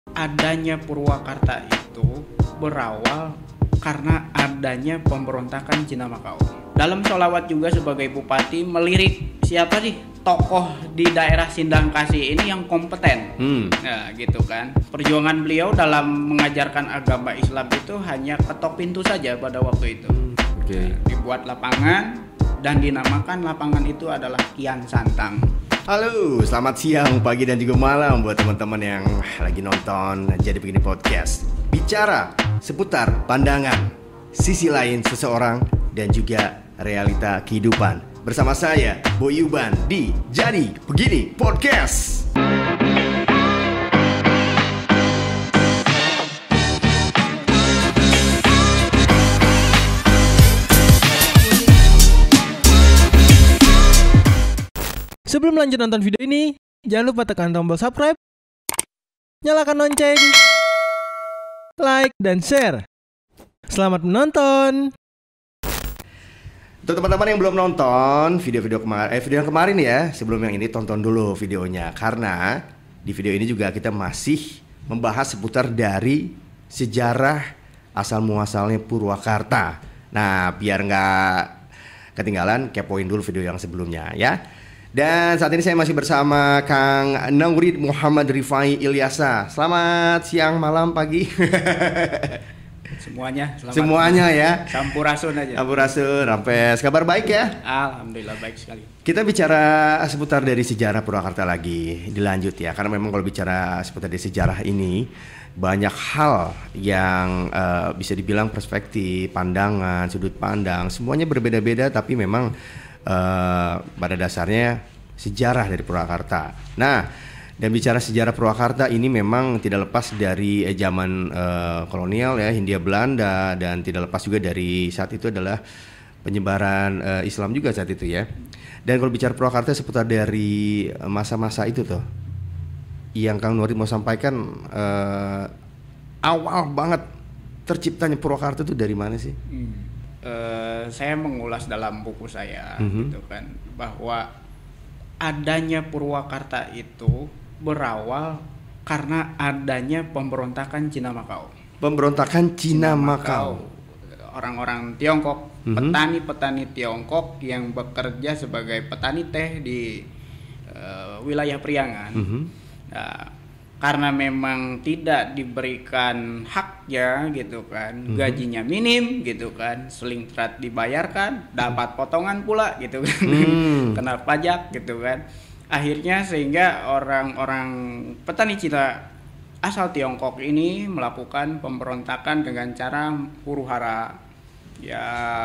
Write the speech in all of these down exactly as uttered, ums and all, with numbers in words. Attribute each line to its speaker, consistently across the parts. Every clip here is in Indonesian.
Speaker 1: Adanya Purwakarta itu berawal karena adanya pemberontakan Cina Makau. Dalam sholawat juga sebagai bupati melirik siapa sih tokoh di daerah Sindangkasih ini yang kompeten. Hmm. Nah, gitu kan. Perjuangan beliau dalam mengajarkan agama Islam itu hanya ketok pintu saja pada waktu itu. Hmm. Oke. Okay. Nah, dibuat lapangan dan dinamakan lapangan itu adalah Kian Santang.
Speaker 2: Halo, selamat siang, pagi dan juga malam buat teman-teman yang lagi nonton Jadi Begini Podcast. Bicara seputar pandangan, sisi lain seseorang dan juga realita kehidupan. Bersama saya, Boy Yuban di Jadi Begini Podcast.
Speaker 3: Sebelum lanjut nonton video ini, jangan lupa tekan tombol subscribe, nyalakan lonceng, like, dan share. Selamat menonton.
Speaker 2: Untuk teman-teman yang belum nonton video-video kemarin, eh video yang kemarin ya, sebelum yang ini tonton dulu videonya. Karena di video ini juga kita masih membahas seputar dari sejarah asal muasalnya Purwakarta. Nah, biar nggak ketinggalan, kepoin dulu video yang sebelumnya ya. Dan saat ini saya masih bersama Kang Naurid Muhammad Rifai Ilyasa. Selamat siang, malam, pagi.
Speaker 1: Semuanya, selamat.
Speaker 2: Semuanya ya.
Speaker 1: Sampurasun aja.
Speaker 2: Sampurasun, Rampes. Kabar baik ya?
Speaker 1: Alhamdulillah baik sekali.
Speaker 2: Kita bicara seputar dari sejarah Purwakarta lagi, dilanjut ya. Karena memang kalau bicara seputar dari sejarah ini, banyak hal yang uh, bisa dibilang perspektif, pandangan, sudut pandang, semuanya berbeda-beda, tapi memang Uh, pada dasarnya sejarah dari Purwakarta. Nah, dan bicara sejarah Purwakarta ini memang tidak lepas dari eh, zaman uh, kolonial ya, Hindia Belanda, dan tidak lepas juga dari saat itu adalah penyebaran uh, Islam juga saat itu ya. Dan kalau bicara Purwakarta seputar dari masa-masa itu tuh, yang Kang Nurid mau sampaikan, uh, awal banget terciptanya Purwakarta itu dari mana sih?
Speaker 1: Hmm. Uh, saya mengulas dalam buku saya, mm-hmm. gitu kan, bahwa adanya Purwakarta itu berawal karena adanya pemberontakan Cina Makau.
Speaker 2: Pemberontakan Cina, Cina Makau.
Speaker 1: Orang-orang Tiongkok, mm-hmm. petani-petani Tiongkok yang bekerja sebagai petani teh di uh, wilayah Priangan. Mm-hmm. Nah, karena memang tidak diberikan haknya gitu kan, mm-hmm. gajinya minim gitu kan, selingtrat dibayarkan, dapat potongan pula gitu kan, mm. kena pajak gitu kan. Akhirnya sehingga orang-orang petani Cina asal Tiongkok ini melakukan pemberontakan dengan cara huru-hara, ya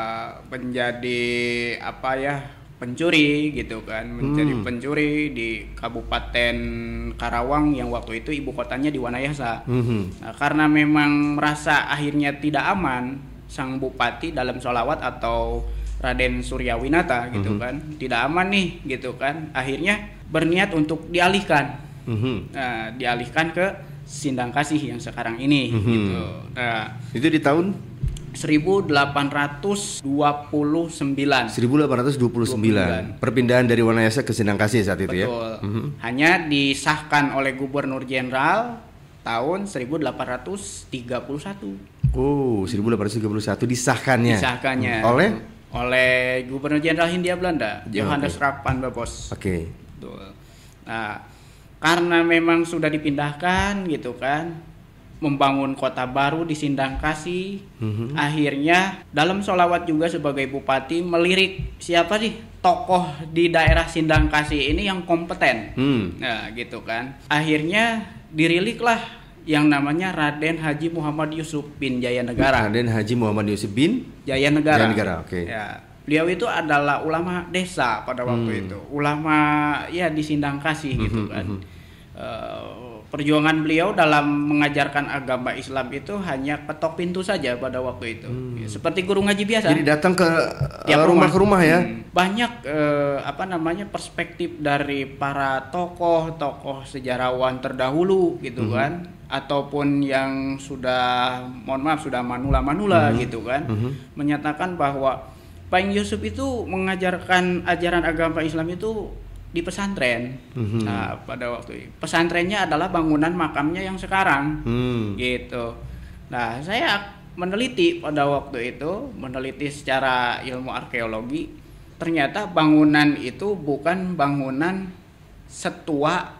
Speaker 1: menjadi apa ya, pencuri gitu kan, menjadi hmm. pencuri di Kabupaten Karawang yang waktu itu ibu kotanya di Wanayasa. Hmm. Nah, karena memang merasa akhirnya tidak aman, sang bupati dalam sholawat atau Raden Suryawinata gitu hmm. kan, tidak aman nih gitu kan, akhirnya berniat untuk dialihkan, hmm. nah, dialihkan ke Sindangkasih yang sekarang ini hmm. gitu. Nah,
Speaker 2: itu di tahun
Speaker 1: seribu delapan ratus dua puluh sembilan.
Speaker 2: seribu delapan ratus dua puluh sembilan. Perpindahan dari Wanayasa ke Sindangkasih saat itu. Betul. Ya.
Speaker 1: Mm-hmm. Hanya disahkan oleh Gubernur Jenderal tahun seribu delapan ratus tiga puluh satu.
Speaker 2: Oh, seribu delapan ratus tiga puluh satu disahkannya.
Speaker 1: Disahkannya.
Speaker 2: Oleh
Speaker 1: oleh Gubernur Jenderal Hindia Belanda, Johannes okay. Rapan Babos.
Speaker 2: Oke. Okay.
Speaker 1: Betul. Nah, karena memang sudah dipindahkan gitu kan, membangun kota baru di Sindangkasih, mm-hmm. akhirnya dalam sholawat juga sebagai bupati melirik siapa sih tokoh di daerah Sindangkasih ini yang kompeten, mm. nah gitu kan. Akhirnya diriliklah yang namanya Raden Haji Muhammad Yusuf bin Jayanegara.
Speaker 2: Raden Haji Muhammad Yusuf bin
Speaker 1: Jayanegara.
Speaker 2: Jayanegara, oke. Okay.
Speaker 1: Ya, beliau itu adalah ulama desa pada waktu mm. itu, ulama ya di Sindangkasih mm-hmm, gitu kan. Mm-hmm. Uh, Perjuangan beliau dalam mengajarkan agama Islam itu hanya ketok pintu saja pada waktu itu, hmm. seperti guru ngaji biasa.
Speaker 2: Jadi datang ke tiap rumah ke rumah ya.
Speaker 1: Hmm. Banyak eh, apa namanya perspektif dari para tokoh-tokoh sejarawan terdahulu gitu hmm. kan, ataupun yang sudah, mohon maaf sudah manula-manula hmm. gitu kan, hmm. menyatakan bahwa Pak Yusuf itu mengajarkan ajaran agama Islam itu di pesantren.
Speaker 2: Mm-hmm.
Speaker 1: Nah, pada waktu itu pesantrennya adalah bangunan makamnya yang sekarang,
Speaker 2: mm.
Speaker 1: gitu. Nah, saya meneliti pada waktu itu, meneliti secara ilmu arkeologi, ternyata bangunan itu bukan bangunan setua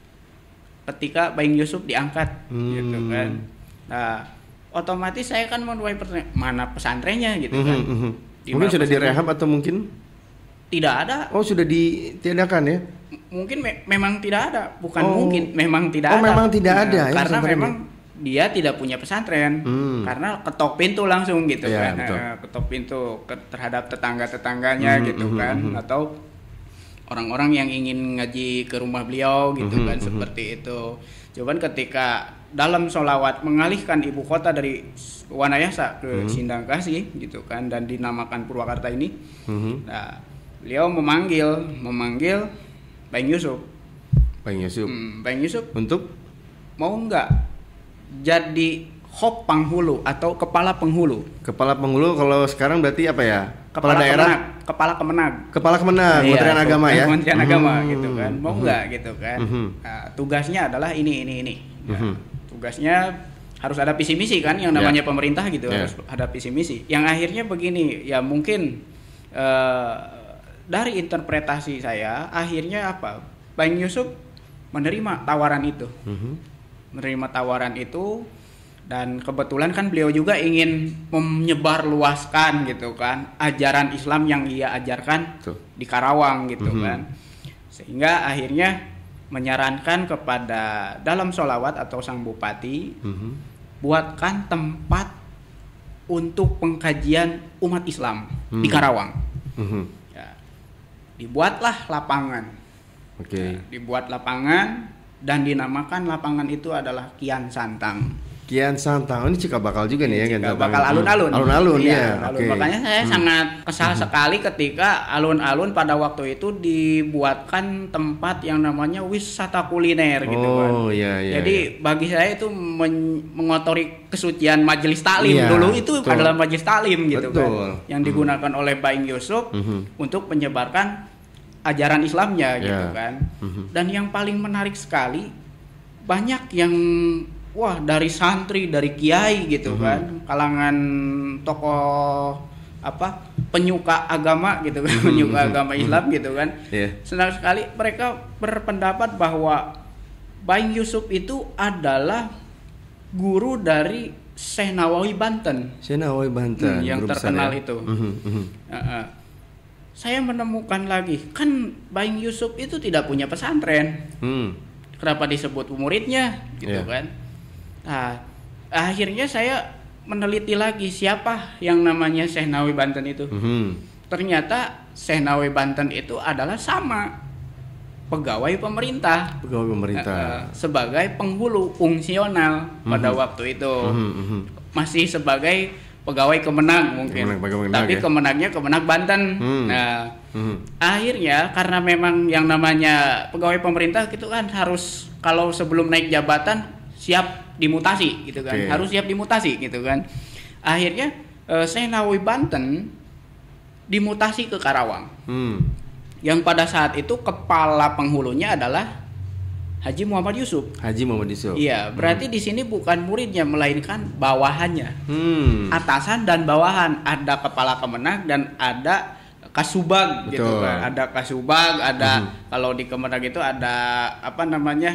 Speaker 1: ketika Baing Yusuf diangkat, mm. gitu kan. Nah, otomatis saya kan menuai pertanyaan, mana pesantrennya gitu kan.
Speaker 2: Mm-hmm. Mungkin sudah direhab atau mungkin
Speaker 1: tidak ada.
Speaker 2: Oh, sudah ditiadakan ya?
Speaker 1: M- mungkin me- memang tidak ada, bukan
Speaker 2: oh.
Speaker 1: mungkin, memang tidak
Speaker 2: oh,
Speaker 1: ada.
Speaker 2: memang tidak ada
Speaker 1: nah,
Speaker 2: ya,
Speaker 1: karena memang dia tidak punya pesantren. Hmm. Karena ketok pintu langsung gitu
Speaker 2: ya,
Speaker 1: kan. Nah, ketok pintu ke, terhadap tetangga-tetangganya hmm, gitu hmm, kan hmm. atau orang-orang yang ingin ngaji ke rumah beliau gitu hmm, kan hmm, seperti itu. Cuman ketika dalam sholawat mengalihkan ibu kota dari Wanayasa ke hmm. Sindangkasih gitu kan dan dinamakan Purwakarta ini. Hmm. Nah, beliau memanggil memanggil Baing Yusuf.
Speaker 2: Baing Yusuf.
Speaker 1: Hmm, Baing Yusuf
Speaker 2: untuk
Speaker 1: mau nggak jadi Hop Panghulu atau kepala penghulu.
Speaker 2: Kepala penghulu kalau sekarang berarti apa ya? Kepala,
Speaker 1: kepala
Speaker 2: daerah.
Speaker 1: Kemenag, kepala Kemenag.
Speaker 2: Kepala Kemenag,
Speaker 1: iya,
Speaker 2: Kementerian Agama ya.
Speaker 1: Kementerian hmm. Agama gitu kan. Mau
Speaker 2: hmm.
Speaker 1: nggak gitu kan? Hmm. Nah, tugasnya adalah ini ini ini. Nah, hmm. Tugasnya harus ada visi misi kan yang namanya yeah. pemerintah gitu yeah. harus ada visi misi. Yang akhirnya begini, ya mungkin uh, dari interpretasi saya, akhirnya apa? Baing Yusuf menerima tawaran itu, mm-hmm. menerima tawaran itu, dan kebetulan kan beliau juga ingin menyebarluaskan gitu kan ajaran Islam yang ia ajarkan Tuh. di Karawang gitu mm-hmm. kan, sehingga akhirnya menyarankan kepada dalam sholawat atau sang bupati mm-hmm. buatkan tempat untuk pengkajian umat Islam mm-hmm. di Karawang. Mm-hmm. Dibuatlah lapangan. Oke. Okay. Nah, dibuat lapangan dan dinamakan lapangan itu adalah Kian Santang.
Speaker 2: Kian Santang. Oh, ini cikal bakal juga nih ya,
Speaker 1: cikal bakal alun-alun.
Speaker 2: Alun-alun
Speaker 1: iya,
Speaker 2: ya.
Speaker 1: Alun. Okay. Makanya saya hmm. sangat kesal hmm. sekali ketika alun-alun pada waktu itu dibuatkan tempat yang namanya wisata kuliner gitu kan.
Speaker 2: Oh iya iya.
Speaker 1: Jadi iya. bagi saya itu men- mengotori kesucian majelis taklim iya, dulu itu betul. adalah majelis taklim gitu betul. kan. Yang digunakan hmm. oleh Baing Yusuf hmm. untuk menyebarkan ajaran Islamnya gitu yeah. kan. Hmm. Dan yang paling menarik sekali banyak yang wah dari santri, dari kiai gitu mm-hmm. kan, kalangan tokoh apa penyuka agama gitu kan, mm-hmm. penyuka agama Islam gitu kan. Yeah. Senang sekali mereka berpendapat bahwa Baing Yusuf itu adalah guru dari Syekh Nawawi Banten.
Speaker 2: Syekh Nawawi Banten
Speaker 1: hmm, yang terkenal ya? itu. Mm-hmm. Uh, uh. Saya menemukan lagi, kan Baing Yusuf itu tidak punya pesantren. Mm. Kenapa disebut muridnya gitu yeah. kan? Nah, akhirnya saya meneliti lagi siapa yang namanya Syekh Nawawi Banten itu. Mm-hmm. Ternyata Syekh Nawawi Banten itu adalah sama pegawai pemerintah.
Speaker 2: Pegawai pemerintah.
Speaker 1: Uh, sebagai penghulu fungsional mm-hmm. pada waktu itu. Mm-hmm. Masih sebagai pegawai Kemenag mungkin. Kemenag, Kemenag, Tapi ya? Kemenagnya Kemenag Banten. Mm. Nah, mm-hmm. akhirnya karena memang yang namanya pegawai pemerintah gitu kan harus kalau sebelum naik jabatan siap dimutasi gitu kan, okay. harus siap dimutasi gitu kan. Akhirnya uh, Syekh Nawawi Banten dimutasi ke Karawang. Hmm. Yang pada saat itu kepala penghulunya adalah Haji Muhammad Yusuf.
Speaker 2: Haji Muhammad Yusuf.
Speaker 1: Iya, berarti hmm. di sini bukan muridnya melainkan bawahannya.
Speaker 2: Hmm.
Speaker 1: Atasan dan bawahan, ada kepala Kemenag dan ada Kasubag Betul. gitu kan. Ada Kasubag, ada hmm. kalau di Kemenag itu ada apa namanya?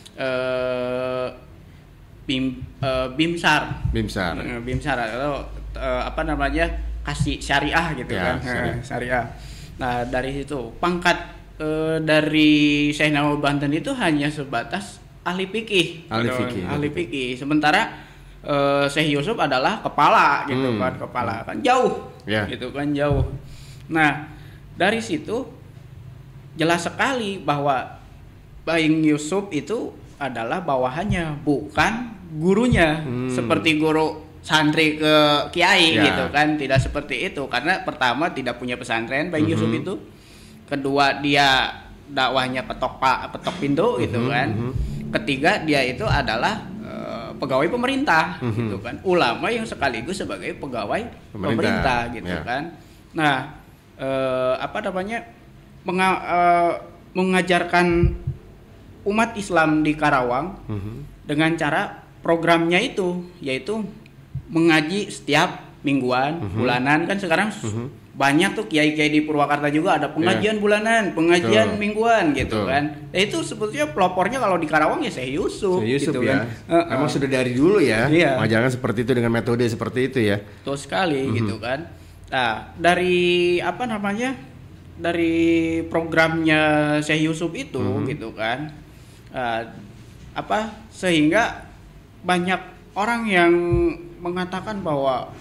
Speaker 1: Eh Bim, uh, Bimsar,
Speaker 2: Bimsar,
Speaker 1: uh, Bimsar atau uh, apa namanya kasih syariah gitu ya, kan, syariah. syariah. Nah dari situ pangkat uh, dari Syekh Nawawi Banten itu hanya sebatas ahli fikih,
Speaker 2: ahli
Speaker 1: gitu,
Speaker 2: fikih,
Speaker 1: ahli fikih. Sementara uh, Syekh Yusuf adalah kepala gitu hmm. kan, kepala kan jauh, yeah. gitu kan jauh. Nah dari situ jelas sekali bahwa Baing Yusuf itu adalah bawahannya, bukan gurunya. Hmm. Seperti guru santri ke kiai ya. gitu kan, tidak seperti itu. Karena pertama tidak punya pesantren Baing mm-hmm. Yusuf itu. Kedua dia dakwahnya ketok pak ketok pintu mm-hmm. gitu kan. Mm-hmm. Ketiga dia itu adalah uh, pegawai pemerintah mm-hmm. gitu kan. Ulama yang sekaligus sebagai pegawai pemerintah, pemerintah gitu ya. kan. Nah, uh, apa namanya? Menga- uh, mengajarkan umat Islam di Karawang
Speaker 2: Mhm.
Speaker 1: dengan cara programnya itu yaitu mengaji setiap mingguan,
Speaker 2: Mhm.
Speaker 1: bulanan kan sekarang
Speaker 2: Mhm.
Speaker 1: banyak tuh kiai-kiai di Purwakarta juga ada pengajian bulanan, pengajian
Speaker 2: Betul.
Speaker 1: mingguan gitu
Speaker 2: Betul.
Speaker 1: kan. Nah, itu sebetulnya pelopornya kalau di Karawang ya Syekh Yusuf,
Speaker 2: Syekh Yusuf
Speaker 1: gitu
Speaker 2: ya.
Speaker 1: kan. Uh-uh.
Speaker 2: Memang sudah dari dulu ya,
Speaker 1: Iya.
Speaker 2: mengajarkan seperti itu dengan metode seperti itu ya.
Speaker 1: Betul sekali
Speaker 2: Mhm.
Speaker 1: gitu kan. Nah, dari apa namanya? Dari programnya Syekh Yusuf itu
Speaker 2: Mhm.
Speaker 1: gitu kan. Uh, apa sehingga banyak orang yang mengatakan bahwa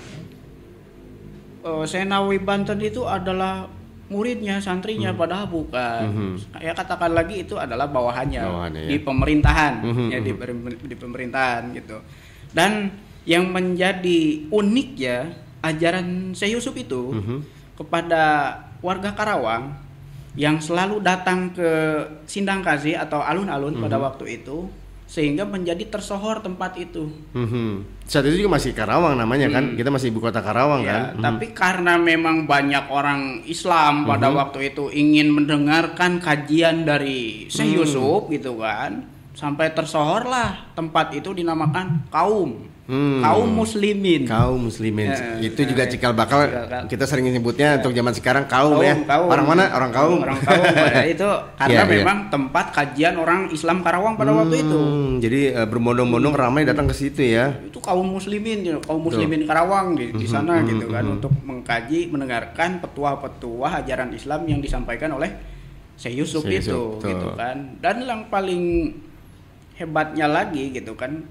Speaker 1: uh, Senawi Banten itu adalah muridnya, santrinya,
Speaker 2: Mhm.
Speaker 1: padahal bukan.
Speaker 2: Mhm.
Speaker 1: Ya katakan lagi itu adalah bawahannya,
Speaker 2: Bawahannya, ya.
Speaker 1: di pemerintahan,
Speaker 2: Mhm,
Speaker 1: ya di,
Speaker 2: mhm.
Speaker 1: per- di pemerintahan gitu. Dan yang menjadi unik ya ajaran Syekh Yusuf itu
Speaker 2: Mhm.
Speaker 1: kepada warga Karawang yang selalu datang ke Sindang Kasih atau alun-alun pada
Speaker 2: Mhm.
Speaker 1: waktu itu sehingga menjadi tersohor tempat itu.
Speaker 2: Mhm. Saat itu juga masih Karawang namanya kan,
Speaker 1: Hmm.
Speaker 2: kita masih ibu kota Karawang
Speaker 1: Ya,
Speaker 2: kan. Mhm.
Speaker 1: tapi karena memang banyak orang Islam pada
Speaker 2: Mhm.
Speaker 1: waktu itu ingin mendengarkan kajian dari Syekh
Speaker 2: Hmm.
Speaker 1: Yusuf gitu kan, sampai tersohorlah tempat itu dinamakan kaum
Speaker 2: Hmm.
Speaker 1: kaum muslimin.
Speaker 2: Kaum muslimin.
Speaker 1: Ya,
Speaker 2: itu
Speaker 1: ya,
Speaker 2: juga
Speaker 1: ya.
Speaker 2: cikal bakal
Speaker 1: Cikal bakal.
Speaker 2: kita sering nyebutnya untuk zaman sekarang kaum,
Speaker 1: Kaum,
Speaker 2: ya.
Speaker 1: kaum.
Speaker 2: Orang mana? Orang kaum.
Speaker 1: Orang kaum ya, itu karena
Speaker 2: Iya, iya.
Speaker 1: memang tempat kajian orang Islam Karawang pada waktu itu.
Speaker 2: Hmm, Jadi eh, berbondong-bondong ramai datang ke situ ya.
Speaker 1: Itu kaum muslimin, ya, kaum muslimin Karawang di, di
Speaker 2: Mhm,
Speaker 1: sana
Speaker 2: mhm,
Speaker 1: gitu kan
Speaker 2: mhm.
Speaker 1: untuk mengkaji, mendengarkan petua-petua ajaran Islam yang disampaikan oleh Syekh Yusuf
Speaker 2: Syekh
Speaker 1: itu
Speaker 2: Yusuf, betul.
Speaker 1: gitu kan. Dan yang paling hebatnya lagi gitu kan,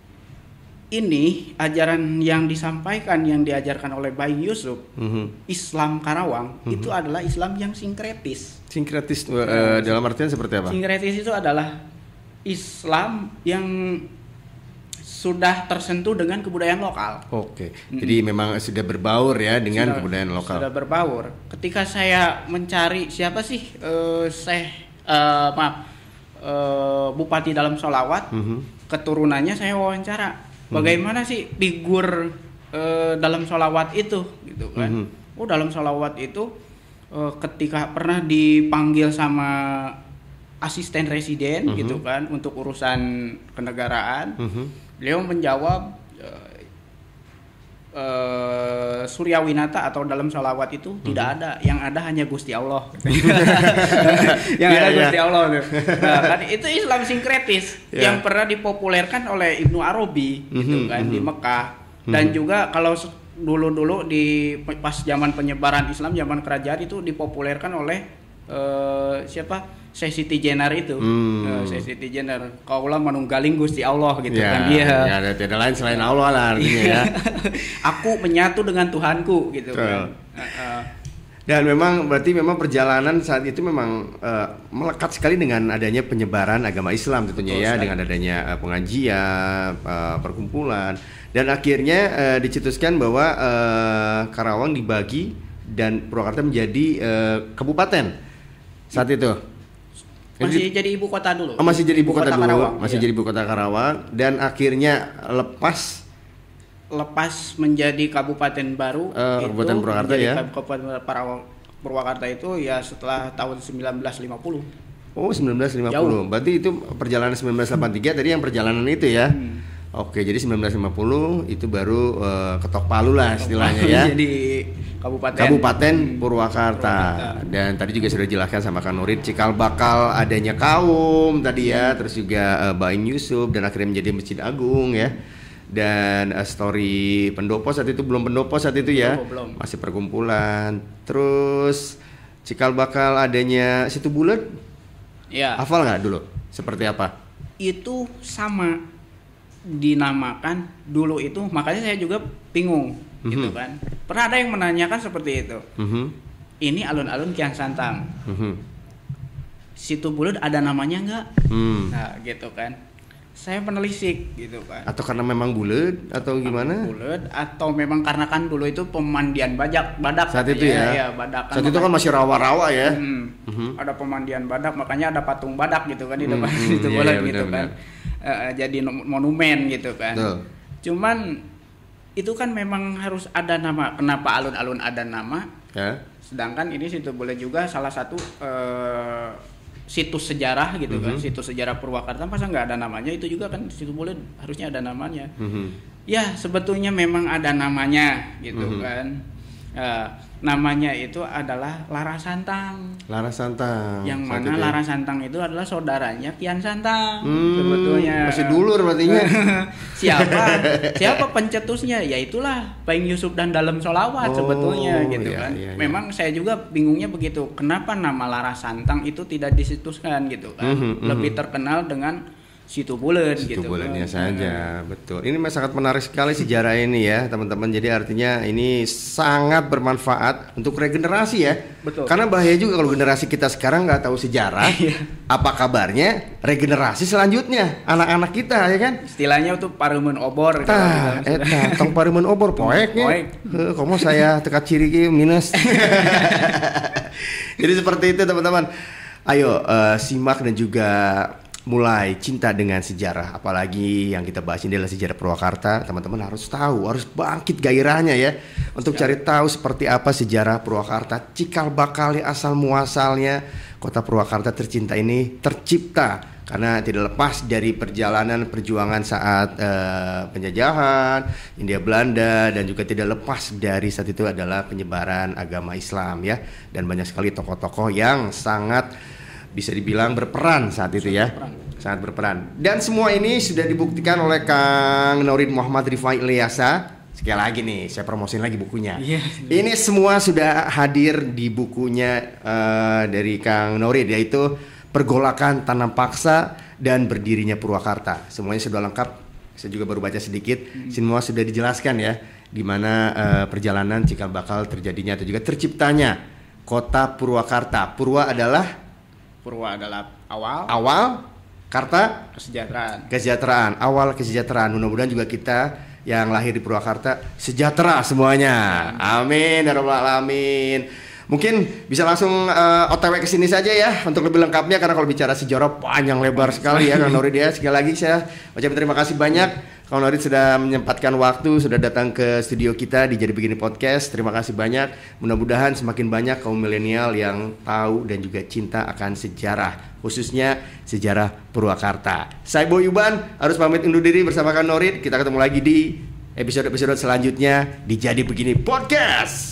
Speaker 1: ini ajaran yang disampaikan yang diajarkan oleh Bayi Yusuf,
Speaker 2: Mhm.
Speaker 1: Islam Karawang
Speaker 2: Mhm.
Speaker 1: itu adalah Islam yang sinkretis.
Speaker 2: Sinkretis eh, dalam artian seperti apa?
Speaker 1: Sinkretis itu adalah Islam yang sudah tersentuh dengan kebudayaan lokal.
Speaker 2: Oke. Jadi memang sudah berbaur ya dengan
Speaker 1: Sudah-
Speaker 2: kebudayaan lokal.
Speaker 1: Sudah berbaur. Ketika saya mencari siapa sih eh Syekh eh, maaf eh, Bupati Dalam Sholawat,
Speaker 2: Mhm.
Speaker 1: keturunannya saya wawancara. Bagaimana sih figur eh, dalam sholawat itu, gitu kan?
Speaker 2: Mhm.
Speaker 1: Oh, dalam sholawat itu eh, ketika pernah dipanggil sama asisten residen,
Speaker 2: Mhm.
Speaker 1: gitu kan, untuk urusan kenegaraan,
Speaker 2: Mhm.
Speaker 1: beliau menjawab eh, eh, Suryawinata atau dalam sholawat itu
Speaker 2: Mhm.
Speaker 1: tidak ada, yang ada hanya Gusti Allah. Yang
Speaker 2: Iya,
Speaker 1: ada
Speaker 2: iya.
Speaker 1: Gusti Allah tuh. Nah, kan itu Islam sinkretis
Speaker 2: Iya.
Speaker 1: yang pernah dipopulerkan oleh Ibnu Arabi gitu
Speaker 2: Mhm,
Speaker 1: kan
Speaker 2: mhm.
Speaker 1: di Mekah. Dan
Speaker 2: Mhm.
Speaker 1: juga kalau se- dulu-dulu di pas zaman penyebaran Islam zaman kerajaan itu dipopulerkan oleh eh, siapa? Syekh Siti Jenar itu.
Speaker 2: Hmm.
Speaker 1: Eh, Syekh Siti Jenar, kaulah manunggaling Gusti Allah gitu
Speaker 2: Ya,
Speaker 1: kan dia.
Speaker 2: ya, ada tidak lain selain Allah lah artinya ya.
Speaker 1: Aku menyatu dengan Tuhanku gitu
Speaker 2: Betul.
Speaker 1: kan. Heeh.
Speaker 2: Dan memang berarti memang perjalanan saat itu memang eh, melekat sekali dengan adanya penyebaran agama Islam tentunya
Speaker 1: Betul
Speaker 2: ya,
Speaker 1: sekali.
Speaker 2: dengan adanya eh, pengajian, eh, perkumpulan, dan akhirnya eh, dicetuskan bahwa eh, Karawang dibagi dan Purwakarta menjadi eh, kabupaten saat itu.
Speaker 1: Masih jadi ibu kota dulu.
Speaker 2: Oh, masih jadi ibu kota, dulu,
Speaker 1: Karawang,
Speaker 2: masih
Speaker 1: iya.
Speaker 2: jadi ibu kota Karawang, dan akhirnya lepas
Speaker 1: Lepas menjadi kabupaten baru
Speaker 2: Eh,
Speaker 1: itu
Speaker 2: Kabupaten Purwakarta
Speaker 1: menjadi
Speaker 2: ya.
Speaker 1: Kabupaten Parawang- Purwakarta itu ya setelah tahun sembilan belas lima puluh.
Speaker 2: oh sembilan belas lima puluh. Berarti itu perjalanan sembilan belas delapan puluh tiga tadi yang perjalanan itu ya.
Speaker 1: Hmm.
Speaker 2: Oke, jadi sembilan belas lima puluh itu baru eh, ketok palu lah istilahnya ya.
Speaker 1: Jadi kabupaten
Speaker 2: Kabupaten
Speaker 1: Hmm,
Speaker 2: Purwakarta.
Speaker 1: Purwakarta.
Speaker 2: Dan tadi juga sudah dijelaskan sama Kang Nurid cikal bakal adanya kaum tadi ya, terus juga eh, Baing Yusuf dan akhirnya menjadi Masjid Agung ya. Dan eh, story pendopo saat itu belum pendopo saat itu ya.
Speaker 1: Pendopo belum.
Speaker 2: Masih perkumpulan. Terus cikal bakal adanya Situ Bulet.
Speaker 1: Ya,
Speaker 2: Hafal nggak dulu? Seperti apa?
Speaker 1: itu sama dinamakan dulu itu, makanya saya juga bingung gitu
Speaker 2: Mhm.
Speaker 1: kan. Pernah ada yang menanyakan seperti itu.
Speaker 2: Mhm,
Speaker 1: Ini alun-alun Kian Santang.
Speaker 2: mhm,
Speaker 1: Situ Bulut ada namanya nggak?
Speaker 2: hmm.
Speaker 1: Nah, gitu kan. Saya menelisik gitu kan.
Speaker 2: Atau karena memang bulet atau gimana?
Speaker 1: Bulet atau memang karena kan dulu itu pemandian badak badak
Speaker 2: Saat itu
Speaker 1: katanya,
Speaker 2: ya?
Speaker 1: ya badak
Speaker 2: Saat itu kan masih rawa-rawa ya.
Speaker 1: Hmm,
Speaker 2: Mhm.
Speaker 1: ada pemandian badak, makanya ada patung badak gitu kan di
Speaker 2: Hmm,
Speaker 1: depan
Speaker 2: hmm,
Speaker 1: Situ
Speaker 2: iya,
Speaker 1: Bulut
Speaker 2: iya,
Speaker 1: gitu
Speaker 2: benar,
Speaker 1: kan. Eh, jadi nom- monumen gitu kan.
Speaker 2: Betul.
Speaker 1: Cuman itu kan memang harus ada nama. Kenapa alun-alun ada nama?
Speaker 2: Ya.
Speaker 1: Sedangkan ini Situ Bulet juga salah satu eh, situs sejarah gitu
Speaker 2: mm-hmm.
Speaker 1: kan, situs sejarah Purwakarta masa nggak ada namanya, itu juga kan situ boleh harusnya ada namanya.
Speaker 2: Mm-hmm.
Speaker 1: Ya sebetulnya memang ada namanya gitu mm-hmm. kan. Uh, namanya itu adalah Laras Santang.
Speaker 2: Laras Santang.
Speaker 1: Yang mana Laras Santang itu adalah saudaranya Tian Santang hmm, sebetulnya.
Speaker 2: Masih dulur berarti.
Speaker 1: siapa siapa pencetusnya? Ya itulah Baing Yusuf dan Dalem Solawat oh, sebetulnya gitu iya, kan. Iya, iya. Memang saya juga bingungnya begitu. Kenapa nama Laras Santang itu tidak disituskan gitu kan? Mm-hmm, Lebih mm-hmm. terkenal dengan Situ Bulen
Speaker 2: Situ
Speaker 1: gitu.
Speaker 2: Bulennya kan. saja, betul. Ini sangat menarik sekali sejarah ini ya, teman-teman. Jadi artinya ini sangat bermanfaat untuk regenerasi ya.
Speaker 1: Betul.
Speaker 2: Karena bahaya juga kalau generasi kita sekarang nggak tahu sejarah, apa kabarnya regenerasi selanjutnya anak-anak kita ya kan?
Speaker 1: Istilahnya itu paremen obor.
Speaker 2: Tah, eta tong paremen obor poeknya. Heuh, komo saya teka ciri ge minus. Jadi seperti itu teman-teman. Ayo uh, simak dan juga mulai cinta dengan sejarah, apalagi yang kita bahas ini adalah sejarah Purwakarta. Teman-teman harus tahu, harus bangkit gairahnya ya untuk cari tahu seperti apa sejarah Purwakarta, cikal bakalnya, asal muasalnya kota Purwakarta tercinta ini tercipta karena tidak lepas dari perjalanan perjuangan saat uh, penjajahan Hindia Belanda, dan juga tidak lepas dari saat itu adalah penyebaran agama Islam ya, dan banyak sekali tokoh-tokoh yang sangat bisa dibilang berperan saat itu ya, sangat berperan. Dan semua ini sudah dibuktikan oleh Kang Norid Muhammad Rifai Ilyasa. Sekali lagi nih, saya promosiin lagi bukunya. Yeah. Ini semua sudah hadir di bukunya uh, dari Kang Norid, yaitu Pergolakan Tanam Paksa dan Berdirinya Purwakarta. Semuanya sudah lengkap. Saya juga baru baca sedikit. Hmm. Semua sudah dijelaskan ya, di mana uh, perjalanan cikal bakal terjadinya atau juga terciptanya kota Purwakarta. Purwa adalah
Speaker 1: Purwa adalah awal.
Speaker 2: Awal, Karta
Speaker 1: kesejahteraan.
Speaker 2: Kesejahteraan, awal kesejahteraan. Mudah-mudahan juga kita yang lahir di Purwakarta sejahtera semuanya. Amin ya rabbal alamin. Mungkin bisa langsung uh, O T W ke sini saja ya untuk lebih lengkapnya, karena kalau bicara sejarah panjang lebar sekali ya Kang Norid ya. Sekali lagi saya ucapkan terima kasih banyak Kang Norid sudah menyempatkan waktu, sudah datang ke studio kita di Jadi Begini Podcast. Terima kasih banyak. Mudah-mudahan semakin banyak kaum milenial yang tahu dan juga cinta akan sejarah, khususnya sejarah Purwakarta. Saya Boy Uban harus pamit undur diri bersama Kang Norid. Kita ketemu lagi di episode-episode selanjutnya di Jadi Begini Podcast.